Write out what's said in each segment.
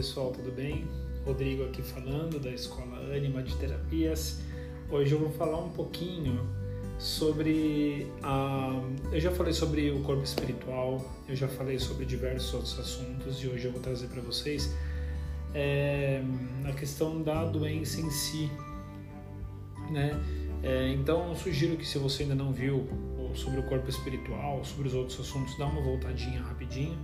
pessoal, tudo bem? Rodrigo aqui falando da Escola Ânima de Terapias. Hoje eu vou falar um pouquinho sobre eu já falei sobre o corpo espiritual, eu já falei sobre diversos outros assuntos e hoje eu vou trazer para vocês a questão da doença em si, né? Então eu sugiro que, se você ainda não viu sobre o corpo espiritual, sobre os outros assuntos, dá uma voltadinha rapidinho,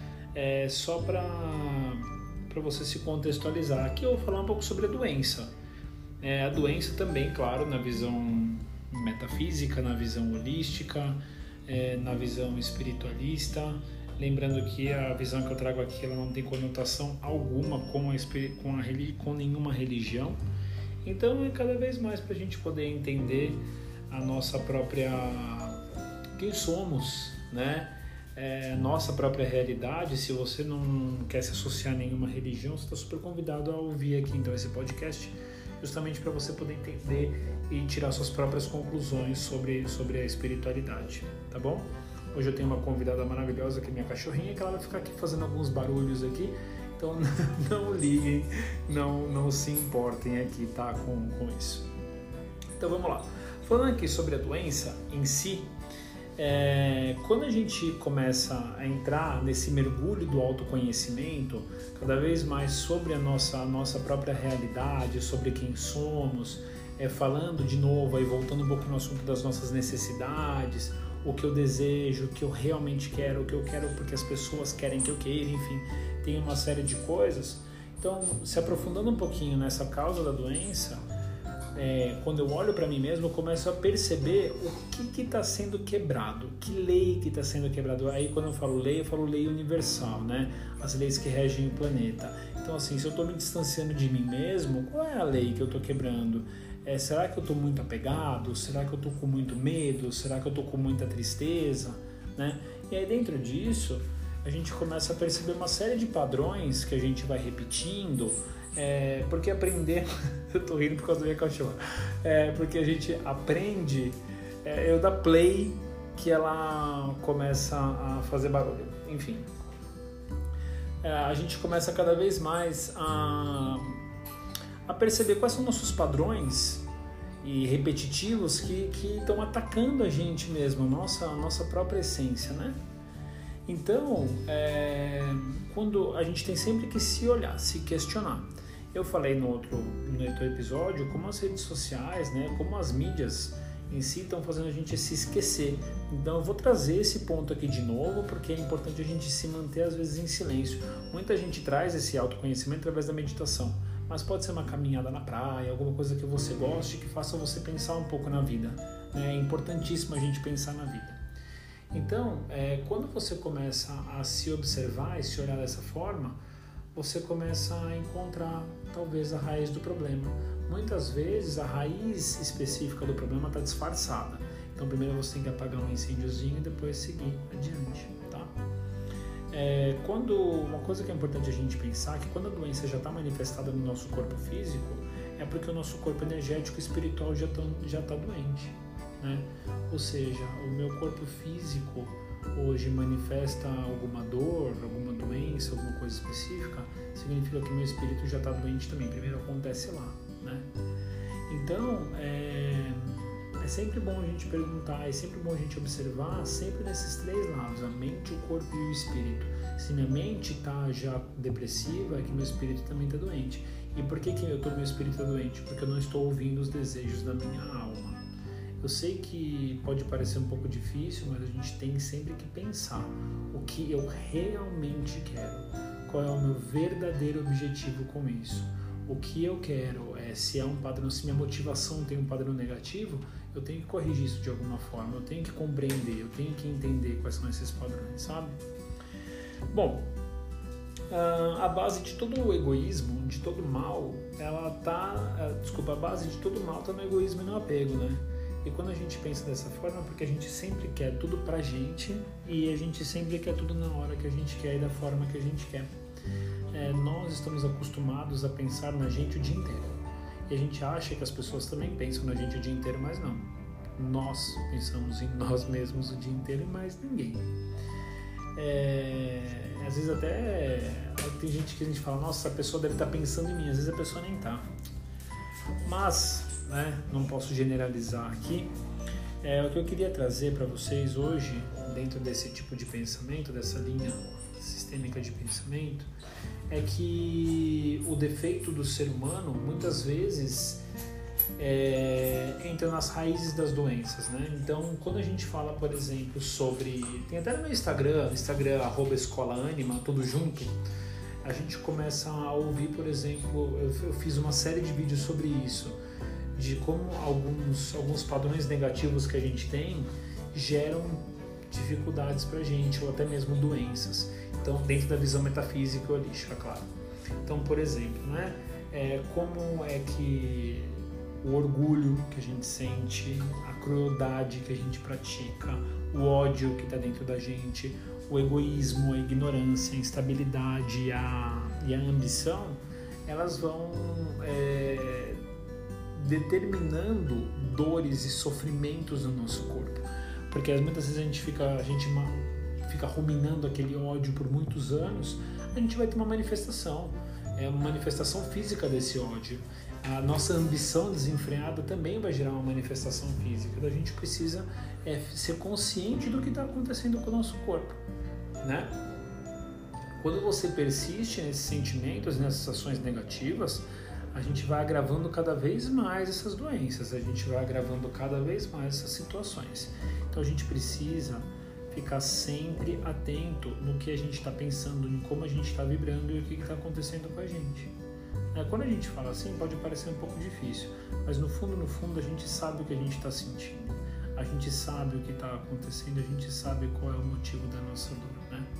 só para você se contextualizar. Aqui eu vou falar um pouco sobre a doença. A doença também, claro, na visão metafísica, na visão holística, na visão espiritualista. Lembrando que a visão que eu trago aqui, ela não tem conotação alguma com nenhuma religião. Então é cada vez mais para a gente poder entender a nossa própria... quem somos, né? Nossa própria realidade. Se você não quer se associar a nenhuma religião, você está super convidado a ouvir aqui então esse podcast, justamente para você poder entender e tirar suas próprias conclusões sobre a espiritualidade, tá bom? Hoje eu tenho uma convidada maravilhosa, que é minha cachorrinha, que ela vai ficar aqui fazendo alguns barulhos aqui, então não liguem, não se importem aqui, tá, com isso. Então vamos lá. Falando aqui sobre a doença em si, quando a gente começa a entrar nesse mergulho do autoconhecimento, cada vez mais sobre a nossa própria realidade, sobre quem somos, falando de novo, aí voltando um pouco no assunto das nossas necessidades, o que eu desejo, o que eu realmente quero, o que eu quero porque as pessoas querem que eu queira, enfim, tem uma série de coisas. Então, se aprofundando um pouquinho nessa causa da doença, quando eu olho para mim mesmo, eu começo a perceber o que está sendo quebrado, que lei que está sendo quebrado. Aí, quando eu falo lei universal, né? As leis que regem o planeta. Então, assim, se eu estou me distanciando de mim mesmo, qual é a lei que eu estou quebrando? Será que eu estou muito apegado? Será que eu estou com muito medo? Será que eu estou com muita tristeza? Né? E aí, dentro disso, a gente começa a perceber uma série de padrões que a gente vai repetindo, porque aprender... eu tô rindo por causa da minha cachorra. Porque a gente aprende, eu dar play, que ela começa a fazer barulho. Enfim, a gente começa cada vez mais a perceber quais são nossos padrões e repetitivos que estão atacando a gente mesmo, a nossa própria essência, né? Então, quando a gente tem sempre que se olhar, se questionar. Eu falei no outro episódio como as redes sociais, né, como as mídias em si estão fazendo a gente se esquecer. Então eu vou trazer esse ponto aqui de novo, porque é importante a gente se manter às vezes em silêncio. Muita gente traz esse autoconhecimento através da meditação, mas pode ser uma caminhada na praia, alguma coisa que você goste, que faça você pensar um pouco na vida. É importantíssimo a gente pensar na vida. Então, quando você começa a se observar e se olhar dessa forma, você começa a encontrar talvez a raiz do problema. Muitas vezes a raiz específica do problema está disfarçada. Então primeiro você tem que apagar um incêndiozinho e depois seguir adiante, tá? Uma coisa que é importante a gente pensar é que quando a doença já está manifestada no nosso corpo físico, é porque o nosso corpo energético e espiritual já está doente, né? Ou seja, o meu corpo físico hoje manifesta alguma dor, alguma doença, alguma coisa específica, significa que meu espírito já está doente também. Primeiro acontece lá, né? Então, é sempre bom a gente perguntar, é sempre bom a gente observar, sempre nesses três lados, a mente, o corpo e o espírito. Se minha mente está já depressiva, é que meu espírito também está doente. E por que meu espírito está doente? Porque eu não estou ouvindo os desejos da minha alma. Eu sei que pode parecer um pouco difícil, mas a gente tem sempre que pensar o que eu realmente quero, qual é o meu verdadeiro objetivo com isso. O que eu quero se é um padrão, se minha motivação tem um padrão negativo, eu tenho que corrigir isso de alguma forma, eu tenho que compreender, eu tenho que entender quais são esses padrões, sabe? Bom, a base de todo o egoísmo, de todo o mal, a base de todo o mal está no egoísmo e no apego, né? E quando a gente pensa dessa forma, é porque a gente sempre quer tudo pra gente e a gente sempre quer tudo na hora que a gente quer e da forma que a gente quer. Nós estamos acostumados a pensar na gente o dia inteiro. E a gente acha que as pessoas também pensam na gente o dia inteiro, mas não. Nós pensamos em nós mesmos o dia inteiro e mais ninguém. Às vezes até tem gente que a gente fala, nossa, a pessoa deve estar pensando em mim, às vezes a pessoa nem está. Mas, né, não posso generalizar aqui. O que eu queria trazer para vocês hoje, dentro desse tipo de pensamento, dessa linha sistêmica de pensamento, é que o defeito do ser humano, muitas vezes, entra nas raízes das doenças, né? Então, quando a gente fala, por exemplo, sobre... Tem até no meu Instagram @escolaanima, tudo junto, a gente começa a ouvir, por exemplo, eu fiz uma série de vídeos sobre isso, de como alguns padrões negativos que a gente tem geram dificuldades pra gente, ou até mesmo doenças. Então, dentro da visão metafísica e holística, claro. Então, por exemplo, né? Como é que o orgulho que a gente sente, a crueldade que a gente pratica, o ódio que está dentro da gente, o egoísmo, a ignorância, a instabilidade e a ambição, elas vão determinando dores e sofrimentos no nosso corpo. Porque muitas vezes a gente fica ruminando aquele ódio por muitos anos, a gente vai ter uma manifestação física desse ódio. A nossa ambição desenfreada também vai gerar uma manifestação física. Então a gente precisa ser consciente do que está acontecendo com o nosso corpo, né? Quando você persiste nesses sentimentos, nessas ações negativas, a gente vai agravando cada vez mais essas doenças, a gente vai agravando cada vez mais essas situações. Então a gente precisa ficar sempre atento no que a gente está pensando, em como a gente está vibrando e o que está acontecendo com a gente. Quando a gente fala assim, pode parecer um pouco difícil, mas no fundo a gente sabe o que a gente está sentindo, a gente sabe o que está acontecendo, a gente sabe qual é o motivo da nossa dor, né?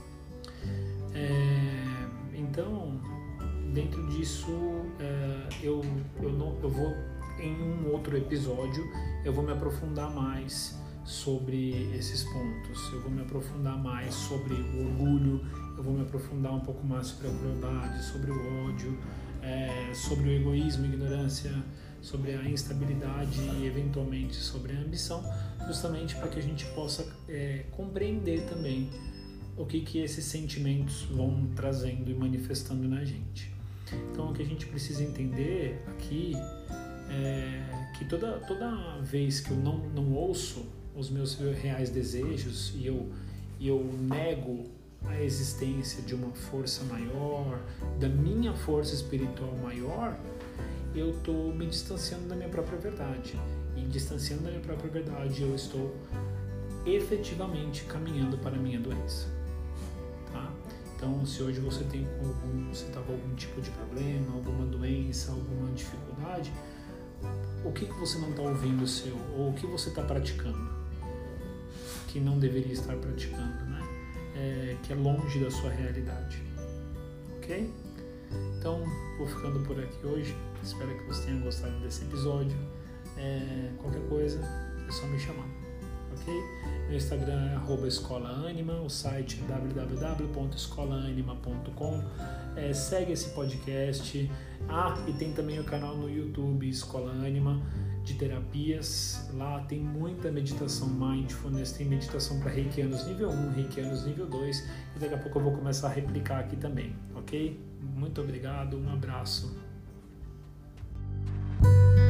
Então, dentro disso, eu vou, em um outro episódio, eu vou me aprofundar mais sobre esses pontos, eu vou me aprofundar mais sobre o orgulho, eu vou me aprofundar um pouco mais sobre a crueldade, sobre o ódio, sobre o egoísmo, a ignorância, sobre a instabilidade e eventualmente sobre a ambição, justamente para que a gente possa compreender também o que esses sentimentos vão trazendo e manifestando na gente. Então o que a gente precisa entender aqui é que toda vez que eu não ouço os meus reais desejos e eu nego a existência de uma força maior, da minha força espiritual maior, eu estou me distanciando da minha própria verdade. E distanciando da minha própria verdade, eu estou efetivamente caminhando para a minha doença. Tá? Então, se hoje você está com algum tipo de problema, alguma doença, alguma dificuldade, o que você não está ouvindo seu? Ou o que você está praticando que não deveria estar praticando, né? Que é longe da sua realidade, ok? Então, vou ficando por aqui hoje. Espero que você tenha gostado desse episódio. Qualquer coisa, é só me chamar, ok? Meu Instagram é @escolaanima, o site é www.escolaanima.com. Segue esse podcast. E tem também o canal no YouTube Escola Anima, de terapias. Lá tem muita meditação mindfulness, tem meditação para reikianos nível 1, reikianos nível 2, e daqui a pouco eu vou começar a replicar aqui também, ok? Muito obrigado, um abraço.